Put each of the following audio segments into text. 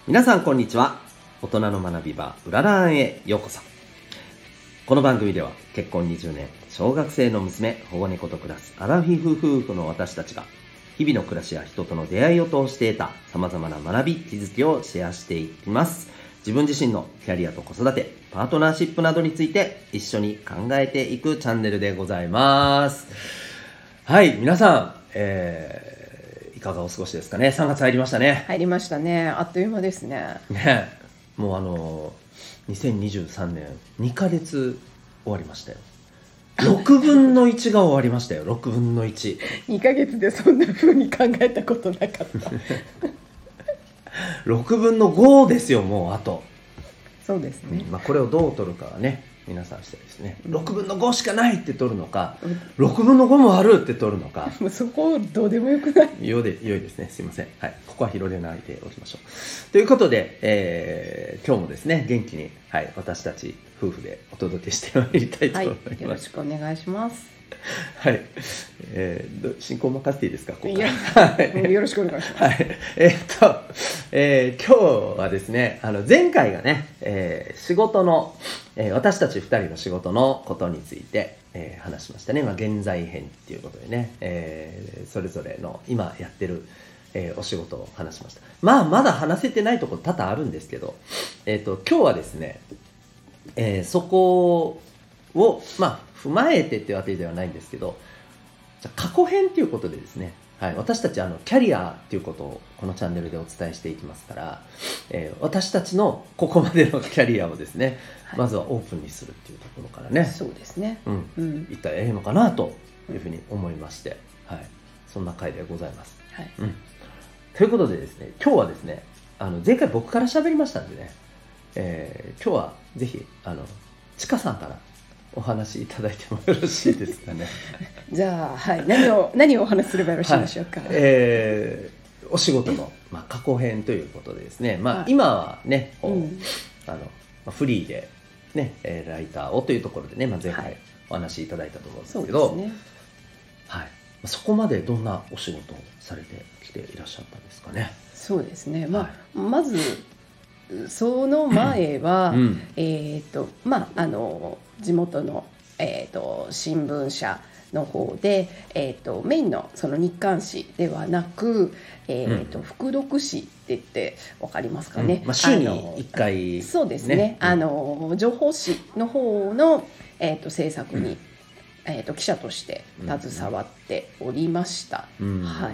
皆さんこんにちは。大人の学び場うららんへようこそ。この番組では結婚20年、小学生の娘、保護猫と暮らすアラフィフ夫婦の私たちが日々の暮らしや人との出会いを通して得た様々な学び、気づきをシェアしていきます。自分自身のキャリアと子育て、パートナーシップなどについて一緒に考えていくチャンネルでございます。はい、皆さん、いかがお過ごしですかね。3月入りましたね。 入りましたね。あっという間ですね。 ね、もう2023年2ヶ月終わりましたよ。6分の1が終わりましたよ。6分の1。 2ヶ月でそんな風に考えたことなかった 6分の5ですよ、もうあと。 そうですね、 これをどう取るかはね、皆さんしてですね、6分の5しかないって取るのか、6分の5もあるって取るのか、 もうそこどうでもよくない？ 良いですね。すいません。はい、ここは広げないでおきましょう。ということで、今日もですね、元気に、はい、私たち夫婦でお届けしてまいりたいと思います。 はい、よろしくお願いします。 はい、進行任せていいですか？ここいや、よろしくお願いします。 はい、今日はですね、前回がね、仕事の、私たち2人の仕事のことについて、話しましたね。現在編っていうことでね、それぞれの今やってる、お仕事を話しました。まだ話せてないところ多々あるんですけど、今日はですね、そこを踏まえてってわけではないんですけど、過去編ということでですね、はい、私たちキャリアということをこのチャンネルでお伝えしていきますから、私たちのここまでのキャリアをですね、はい、まずはオープンにするっていうところからね、 そうですね、 いったらええのかなというふうに思いまして、はい、そんな回でございます、はい、ということでですね、今日はですね、前回僕から喋りましたんでね、今日はぜひちかさんからお話しいただいてもよろしいですかね。 じゃあ、はい、何をお話しすればよろしいでしょうか。 はい、お仕事の、過去編ということでですね、今はね、フリーで、ね、ライターをというところでね、前回お話しいただいたと思うんですけど、はい、そこまでどんなお仕事をされてきていらっしゃったんですかね。 そうですね、まずその前は、地元の、新聞社の方で、メインのその日刊誌ではなく、副読誌って言って分かりますかね。 週に1回、 そうですね、情報誌の方の、制作に、記者として携わっておりました。はい、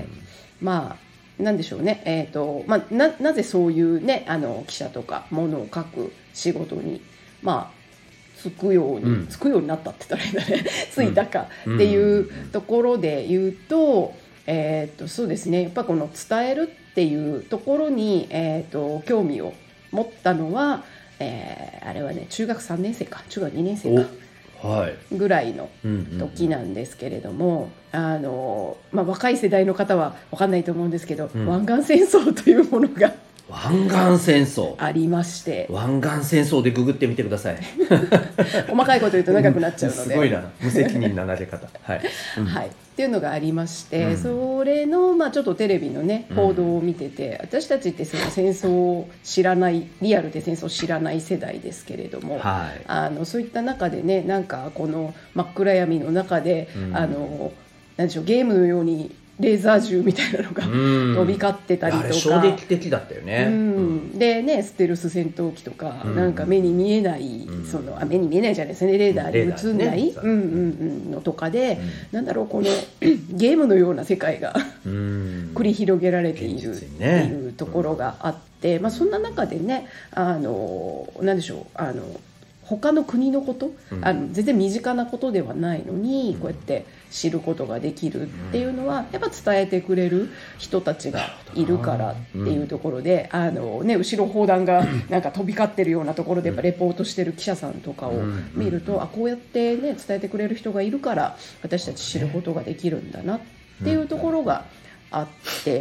なんでしょうね、なぜそういうね、記者とかものを書く仕事につくようになったって言ったらいいんだねついたかっていうところで言うと、そうですね、やっぱこの伝えるっていうところに、興味を持ったのは、あれはね、中学3年生か中学2年生かぐらいの時なんですけれども、若い世代の方は分かんないと思うんですけど、湾岸戦争というものが湾岸戦争ありまして、 湾岸戦争でググってみてください細かいこと言うと長くなっちゃうので、 すごいな、無責任な投げ方はい、 はい、っていうのがありまして、それの、ちょっとテレビのね報道を見てて、私たちってその戦争を知らない、リアルで戦争を知らない世代ですけれども、そういった中でね、なんかこの真っ暗闇の中で、なんでしょう、ゲームのようにレーザー銃みたいなのが飛び交ってたりとか、 衝撃的だったよね。 でね、ステルス戦闘機とか、なんか目に見えない、目に見えないじゃないですね、レーダーに映んない、のとかで、なんだろう、このゲームのような世界が繰り広げられているっていうところがあって、そんな中でね、なんでしょう、他の国のこと、全然身近なことではないのに、こうやって知ることができるっていうのは、やっぱ伝えてくれる人たちがいるからっていうところで、後ろ砲弾がなんか飛び交ってるようなところでやっぱレポートしてる記者さんとかを見ると、こうやってね伝えてくれる人がいるから私たち知ることができるんだなっていうところがあって、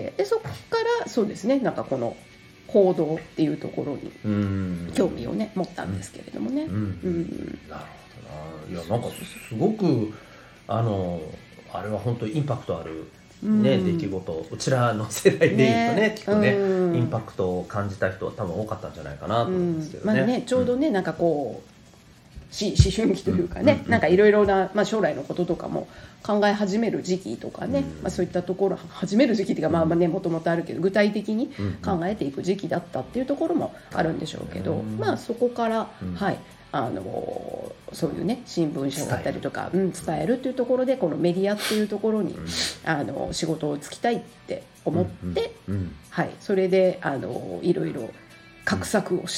でそこからそうですね、なんかこの報道っていうところに興味をね持ったんですけれどもね。なるほどな。 いや、なんかすごくあれは本当にインパクトあるね、出来事、うちらの世代でいうとね、きっとね、インパクトを感じた人は多分多かったんじゃないかなと思うんですけどね。 ちょうどね、なんかこう思春期というかね、なんかいろいろな、将来のこととかも考え始める時期とかね、そういったところ始める時期っていうか、もともとあるけど具体的に考えていく時期だったっていうところもあるんでしょうけど、そこから、そういうね新聞社だったりとか伝えるっていうところでこのメディアっていうところに仕事を就きたいって思って、それでいろいろ画策をして、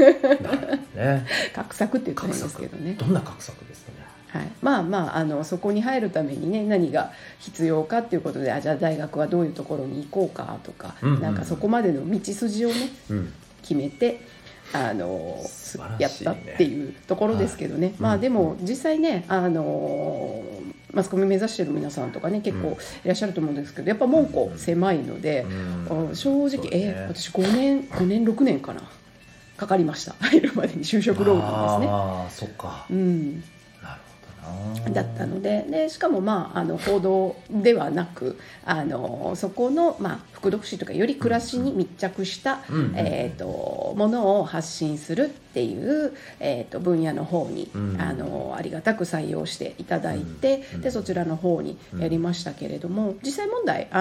画策って言ったらいいんですけどね。 どんな画策ですかね。 そこに入るためにね何が必要かっていうことでじゃあ大学はどういうところに行こうかとか、なんかそこまでの道筋をね、決めてやったっていうところですけどね。でも実際ねマスコミ目指してる皆さんとかね結構いらっしゃると思うんですけど、やっぱ門戸狭いので、正直私5年6年かなかかりました。入るまでに就職浪人ですね。 そっか。 だったので、しかも報道ではなくそこの副読誌とかより暮らしに密着したものを発信するっていう分野の方にありがたく採用していただいて、でそちらの方にやりましたけれども、実際問題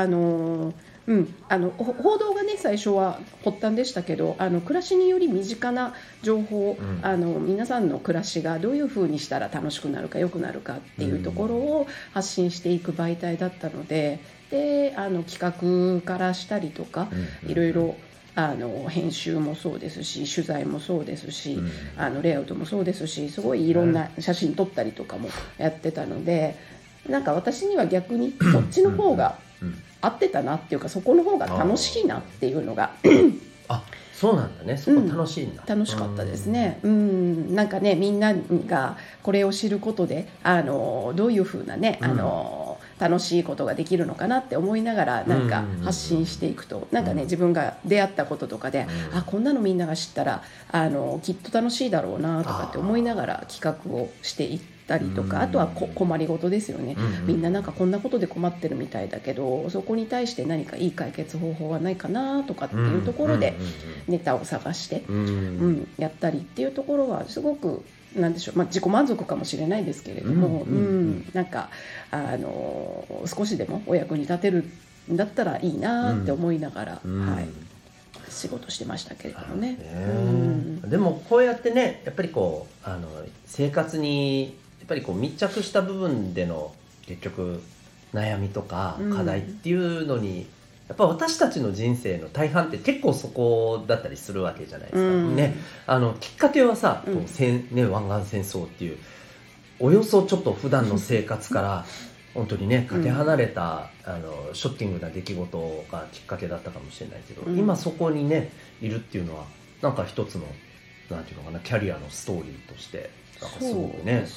報道がね最初は発端でしたけど暮らしにより身近な情報、皆さんの暮らしがどういうふうにしたら楽しくなるか良くなるかっていうところを発信していく媒体だったので、企画からしたりとかいろいろ編集もそうですし取材もそうですし、レイアウトもそうですし、すごいいろんな写真撮ったりとかもやってたので、なんか私には逆にそっちの方が合ってたなっていうか、そこの方が楽しいなっていうのがそうなんだね。そこ楽しいんだ。 楽しかったですね。なんかねみんながこれを知ることでどういう風なね楽しいことができるのかなって思いながらなんか発信していくと、なんかね自分が出会ったこととかで、こんなのみんなが知ったらきっと楽しいだろうなとかって思いながら企画をしていったりとか、あとは困りごとですよね。みんななんかこんなことで困ってるみたいだけど、そこに対して何かいい解決方法はないかなとかっていうところでネタを探してやったりっていうところはすごくなんでしょう、自己満足かもしれないですけれども、なんか少しでもお役に立てるんだったらいいなって思いながら、仕事してましたけれどもね。 でもこうやってねやっぱりこう生活にやっぱりこう密着した部分での結局悩みとか課題っていうのに、やっぱ私たちの人生の大半って結構そこだったりするわけじゃないですか、ね。きっかけはさ、湾岸戦争っていうおよそちょっと普段の生活から本当にねかけ離れた、ショッキングな出来事がきっかけだったかもしれないけど、今そこにねいるっていうのはなんか一つのなんていうのかな、キャリアのストーリーとしてなんかすごくね、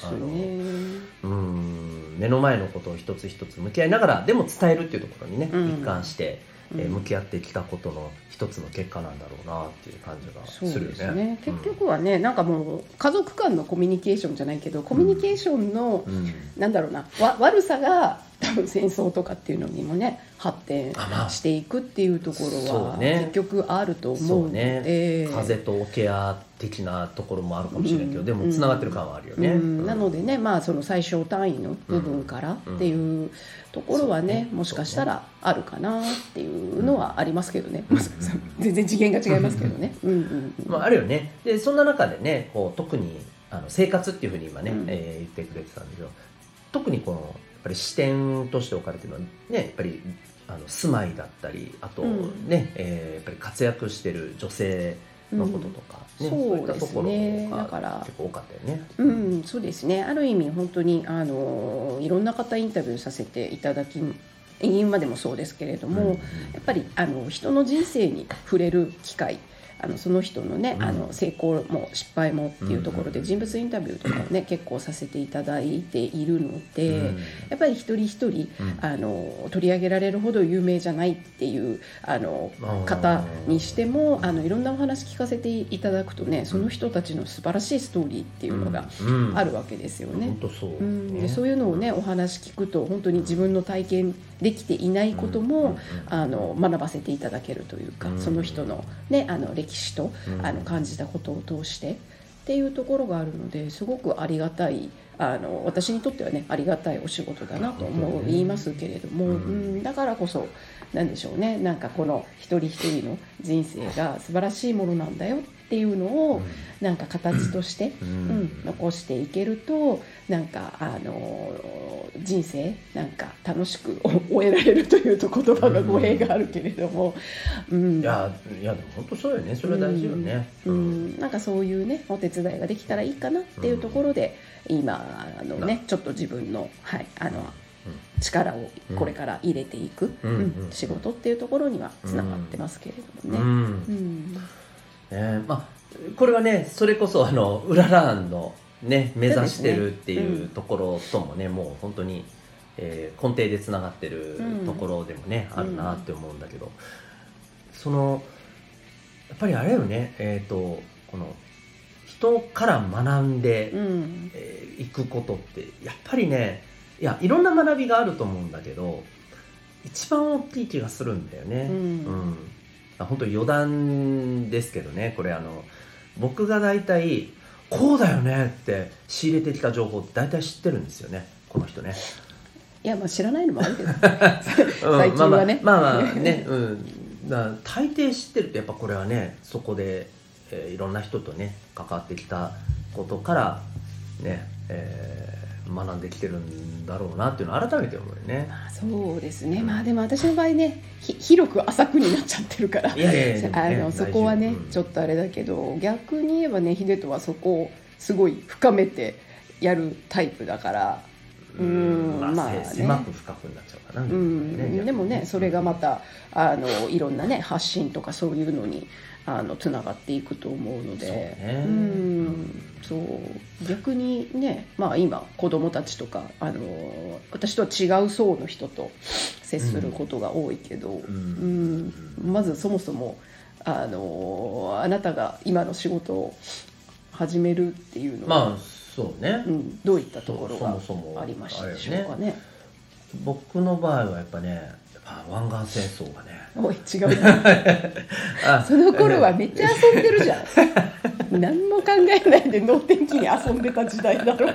目の前のことを一つ一つ向き合いながらでも伝えるっていうところにね、一貫して向き合ってきたことの一つの結果なんだろうなっていう感じがするよね。 そうですね。結局はね、なんかもう家族間のコミュニケーションじゃないけど、コミュニケーションの、なんだろうな、悪さが多分戦争とかっていうのにもね発展していくっていうところは結局あると思うので、 風と桶屋的なところもあるかもしれないけど、でもつながってる感はあるよね。 なのでね、その最小単位の部分からっていうところはね、もしかしたらあるかなっていうのはありますけどね。全然次元が違いますけどね。 あるよね。でそんな中でねこう特に生活っていうふうに今ね、言ってくれてたんだけど、特にこのやっぱり視点として置かれてるのはね、やっぱり住まいだったり、あとね、やっぱり活躍してる女性のこととか、ね、そういったところが結構多かったよね。 そうですね。ある意味本当にいろんな方インタビューさせていただき、今でもそうですけれども、やっぱり人の人生に触れる機会その人のね、成功も失敗もっていうところで人物インタビューとかをね結構させていただいているので、やっぱり一人一人取り上げられるほど有名じゃないっていう方にしてもいろんなお話聞かせていただくとね、その人たちの素晴らしいストーリーっていうのがあるわけですよね。 本当そうね。 でそういうのをねお話聞くと本当に自分の体験できていないことも学ばせていただけるというか、その人の、ね、歴史と感じたことを通してっていうところがあるので、すごくありがたい私にとってはねありがたいお仕事だなと言いますけれども、だからこそなんでしょうね、なんかこの一人一人の人生が素晴らしいものなんだよっていうのをなんか形として、残していけるとなんか人生なんか楽しく終えられるというと言葉が語弊があるけれども、 いやでも本当そうよね。それは大事よね。 なんかそういうねお手伝いができたらいいかなっていうところで、今ちょっと自分の力をこれから入れていく仕事っていうところにはつながってますけれどもね。 これはねそれこそうららんのね目指してるっていうところともね、もう本当に、根底でつながってるところでもね、あるなって思うんだけど、やっぱりあれよね、この人から学んでいくことってやっぱりね、いろんな学びがあると思うんだけど一番大きい気がするんだよね。本当余談ですけどね、これ僕が大体こうだよねって仕入れてきた情報って大体知ってるんですよね、この人ね。 いや知らないのもあるけど最近はねね、大抵知ってるとやっぱこれはねそこで、いろんな人とね関わってきたことからね、学んできてるんだろうなっていうのを改めて思うよね。 そうですね。でも私の場合ね広く浅くになっちゃってるからそこはねちょっとあれだけど、逆に言えばね秀人はそこをすごい深めてやるタイプだから狭く深くになっちゃうかな、 でもねそれがまたいろんなね発信とかそういうのにつながっていくと思うので、そう逆にね、今子どもたちとか私とは違う層の人と接することが多いけど、まずそもそもあなたが今の仕事を始めるっていうのはそうね、 どういったところがありましたでしょうかね。 僕の場合はやっぱね湾岸戦争がね、 おい違うなその頃はめっちゃ遊んでるじゃん何も考えないで能天気に遊んでた時代だろ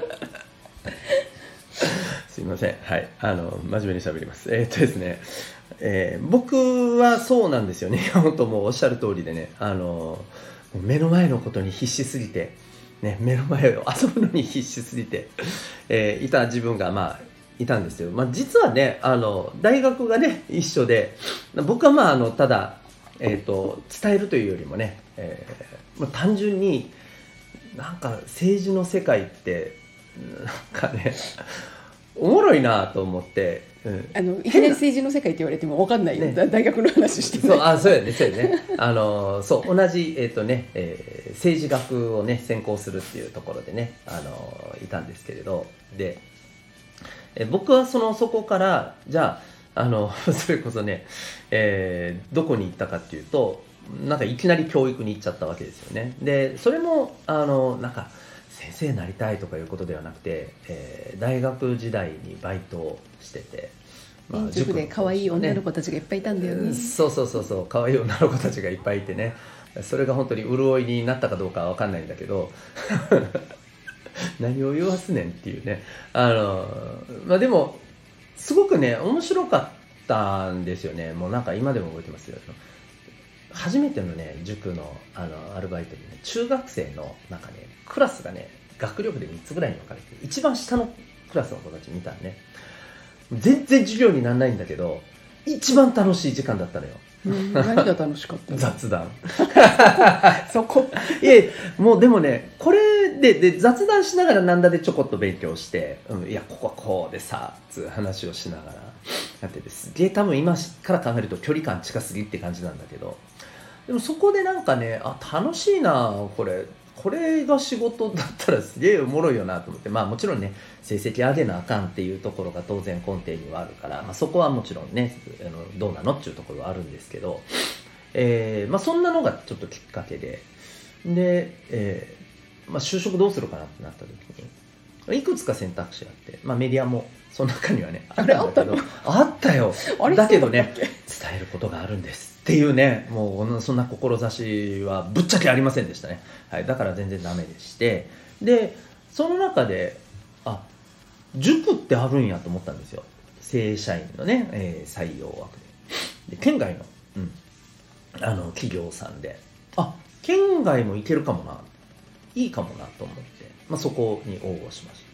すいません、はい、真面目に喋ります。ですね、僕はそうなんですよね本当もうおっしゃる通りでね、目の前のことに必死すぎてね、目の前を遊ぶのに必死すぎて、いた自分がいたんですよ。実はね大学がね一緒で、僕はただ、伝えるというよりもね、単純になんか政治の世界ってなんかねおもろいなと思って、 いきなり政治の世界って言われても分かんないよ、大学の話してない。 そうやねそう同じ政治学をね専攻するっていうところでねいたんですけれど、で僕はそこからじゃあそれこそね、どこに行ったかっていうとなんかいきなり教育に行っちゃったわけですよね。でそれもなんか先生になりたいとかいうことではなくて、大学時代にバイトをしてて、 塾で可愛い女の子たちがいっぱいいたんだよね。 そう可愛い女の子たちがいっぱいいてね、それが本当に潤いになったかどうかは分かんないんだけど何を言わすねんっていうね、でもすごくね面白かったんですよね。もうなんか今でも覚えてますよ。初めてのね塾のアルバイトでね、中学生のなんかねクラスがね学力で3つぐらいに分かれて、一番下のクラスの子たち見たらね全然授業にならないんだけど一番楽しい時間だったのよ。 何が楽しかったの？ 雑談そこいやもうでもねこれで雑談しながらなんだでちょこっと勉強して、いやここはこうでさつう話をしながらやってて、すげえ多分今から考えると距離感近すぎって感じなんだけど、 でもそこでなんかね、楽しいなこれが仕事だったらすげえおもろいよなと思って、もちろんね成績上げなあかんっていうところが当然根底にはあるから、そこはもちろんねどうなのっていうところはあるんですけど、そんなのがちょっときっかけで就職どうするかなってなった時にいくつか選択肢あって、メディアもその中にはねあったんだけど、あったよだけどね伝えることがあるんですっていうね、もうそんな志はぶっちゃけありませんでしたね、はい、だから全然ダメでして、でその中で塾ってあるんやと思ったんですよ、正社員のね、採用枠で県外の、企業さんで県外も行けるかもないいかもなと思って、そこに応募しました。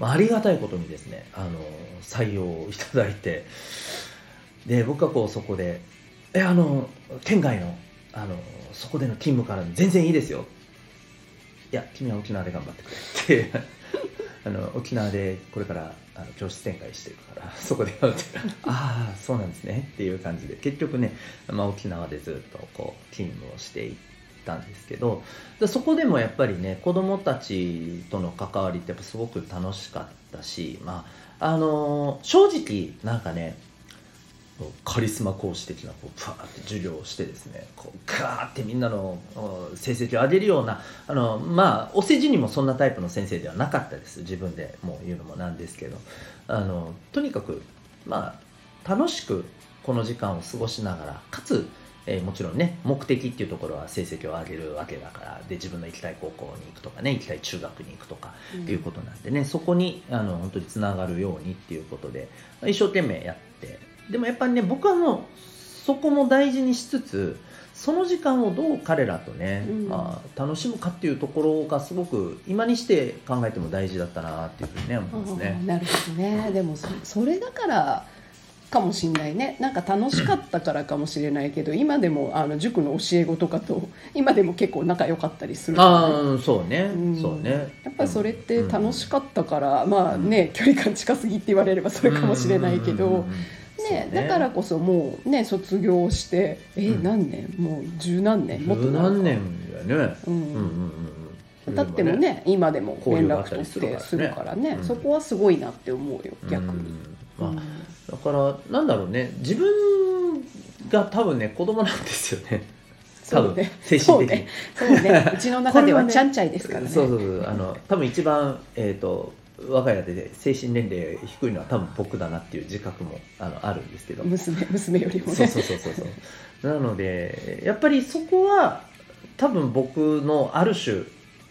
ありがたいことにですね採用いただいて、で僕はそこで県外のそこでの勤務から全然いいですよ、いや君は沖縄で頑張ってくれって沖縄でこれから教室展開してるからそこでやるってそうなんですねっていう感じで、結局ね、沖縄でずっと勤務をしていったんですけど、そこでもやっぱりね子どもたちとの関わりってやっぱすごく楽しかったし、正直なんかねカリスマ講師的なパーって授業をしてですねガーってみんなの成績を上げるようなお世辞にもそんなタイプの先生ではなかったです、自分でもう言うのもなんですけど、とにかく楽しくこの時間を過ごしながら、かつもちろんね目的っていうところは成績を上げるわけだから、で自分の行きたい高校に行くとかね行きたい中学に行くとかいうことなんでね、そこに本当につながるようにっていうことで一生懸命やって、でもやっぱりね僕はもうそこも大事にしつつ、その時間をどう彼らとね、楽しむかっていうところがすごく今にして考えても大事だったなっていうふうにね思いますね。 なるほどね。でもそれだからかもしれないね。なんか楽しかったからかもしれないけど、今でも塾の教え子とかと今でも結構仲良かったりする、 そうね、そうね。 やっぱりそれって楽しかったから、距離感近すぎって言われればそれかもしれないけど、だからこそもうね卒業して何年、もう十何年、もっと何年やね、 だってもね今でも連絡取ってするからね、そこはすごいなって思うよ逆に。 だからなんだろうね、自分が多分ね子供なんですよね、多分精神的に。 そうねうちの中ではちゃんちゃいですからね。 多分一番我が家で精神年齢低いのは多分僕だなっていう自覚もあるんですけど、 娘よりもね。 そうなのでやっぱりそこは多分僕のある種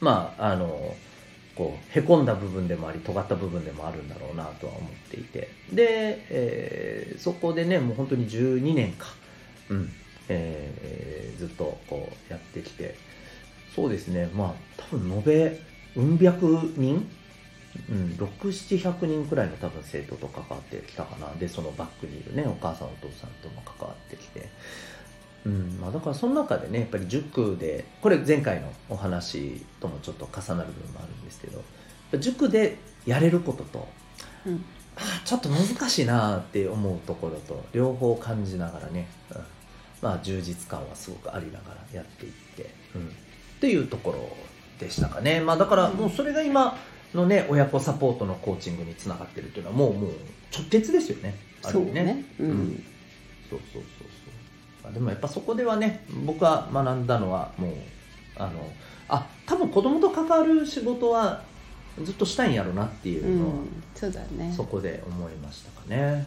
へこんだ部分でもあり尖った部分でもあるんだろうなとは思っていて、で、そこでねもう本当に12年か、ずっとやってきて、そうですね、多分延べうん百人、600-700人くらいの多分生徒と関わってきたかな。でそのバックにいるねお母さんお父さんとも関わってきて、だからその中でねやっぱり塾で、これ前回のお話ともちょっと重なる部分もあるんですけど、塾でやれることと、ちょっと難しいなって思うところと両方感じながらね、充実感はすごくありながらやっていって、っていうところでしたかね。だからもうそれが今のね親子サポートのコーチングにつながってるっていうのはもう直結ですよね。 そうね。 でもやっぱそこではね僕は学んだのはもう多分子供と関わる仕事はずっとしたいんやろうなっていうのは、 そうだね、 そこで思いましたかね。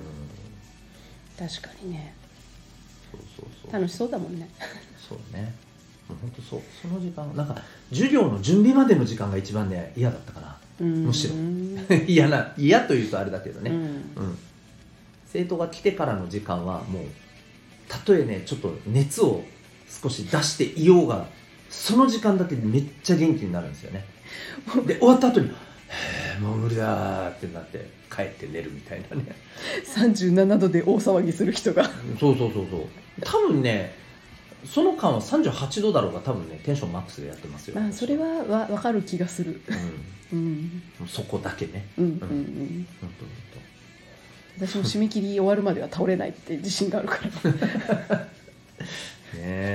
確かにね。楽しそうだもんね。 そうね、もう本当その時間なんか授業の準備までの時間が一番ね嫌だったかな、むしろ嫌というとあれだけどね、生徒が来てからの時間はもうたとえねちょっと熱を少し出していようがその時間だけでめっちゃ元気になるんですよね。で終わった後にもう無理だってなって帰って寝るみたいなね。 37度で大騒ぎする人がそう多分ねその間は38度だろうが多分ねテンションマックスでやってますよ。 それは分かる気がする、 そこだけね。 私も締め切り終わるまでは倒れないって自信があるからね。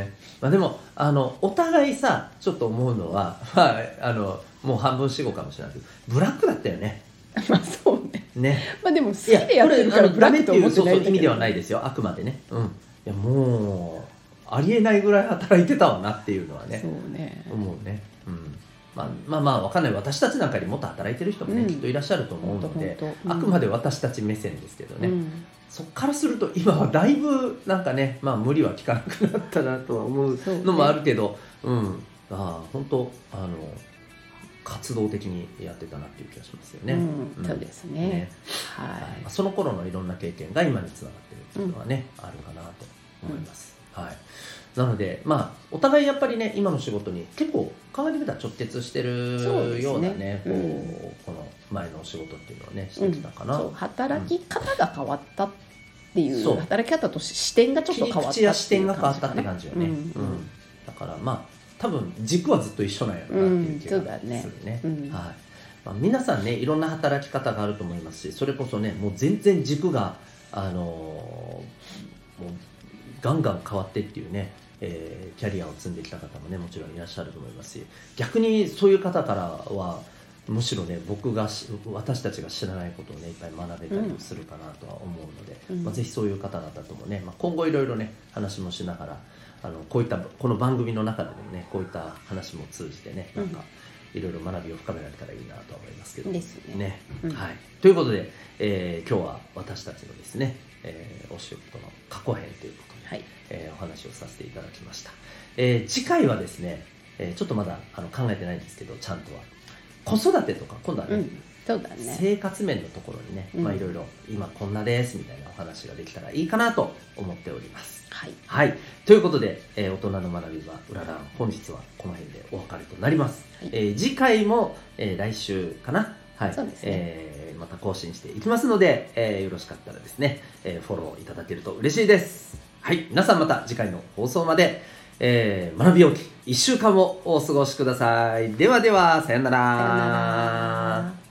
まあ、でもお互いさちょっと思うのは、まあ、もう半分死後かもしれないけどブラックだったよね。 まあそうね。まあでも好きいやでやってるからブラックと思ってないんだけど。 そう意味ではないですよ、あくまでね。いやもうありえないぐらい働いてたわなっていうのはね。 そうね。 思うね。まあ分かんない、私たちなんかにもっと働いてる人もね、きっといらっしゃると思うので、あくまで私たち目線ですけどね、そっからすると今はだいぶなんかね、まあ無理は効かなくなったなとは思うのもあるけど、本当活動的にやってたなっていう気がしますよね。 そうですね。 はい。その頃のいろんな経験が今につながってるっていうのはね、あるかなと思います。はい。なのでまあお互いやっぱりね今の仕事に結構考えてみたら直結してるようなね、この前のお仕事っていうのはねしてきたかな。 働き方が変わったっていう、働き方と視点がちょっと変わったっていう感じかな。 視点が変わったって感じよね。だからまあ多分軸はずっと一緒なんやろなっていう気がするね。まあ、皆さんねいろんな働き方があると思いますし、それこそねもう全然軸がもうガンガン変わってっていうね、キャリアを積んできた方もねもちろんいらっしゃると思いますし、逆にそういう方からはむしろね私たちが知らないことをねいっぱい学べたりするかなとは思うので、ぜひそういう方々ともね、今後いろいろね話もしながらこういったこの番組の中でもねこういった話も通じてねなんかいろいろ学びを深められたらいいなと思いますけどですね。 はい、ということで、今日は私たちのですね、お仕事の過去編ということで、お話をさせていただきました。次回はですね、ちょっとまだ考えてないんですけどちゃんとは子育てとか今度はね、 そうだね、 生活面のところにね、いろいろ今こんなですみたいなお話ができたらいいかなと思っております。はい、ということで、大人の学び場うららん本日はこの辺でお別れとなります。次回も、来週かな、 そうですね、 また更新していきますので、よろしかったらですね、フォローいただけると嬉しいです。はい、皆さんまた次回の放送まで、学びようき1週間をお過ごしください。ではでは、さよなら。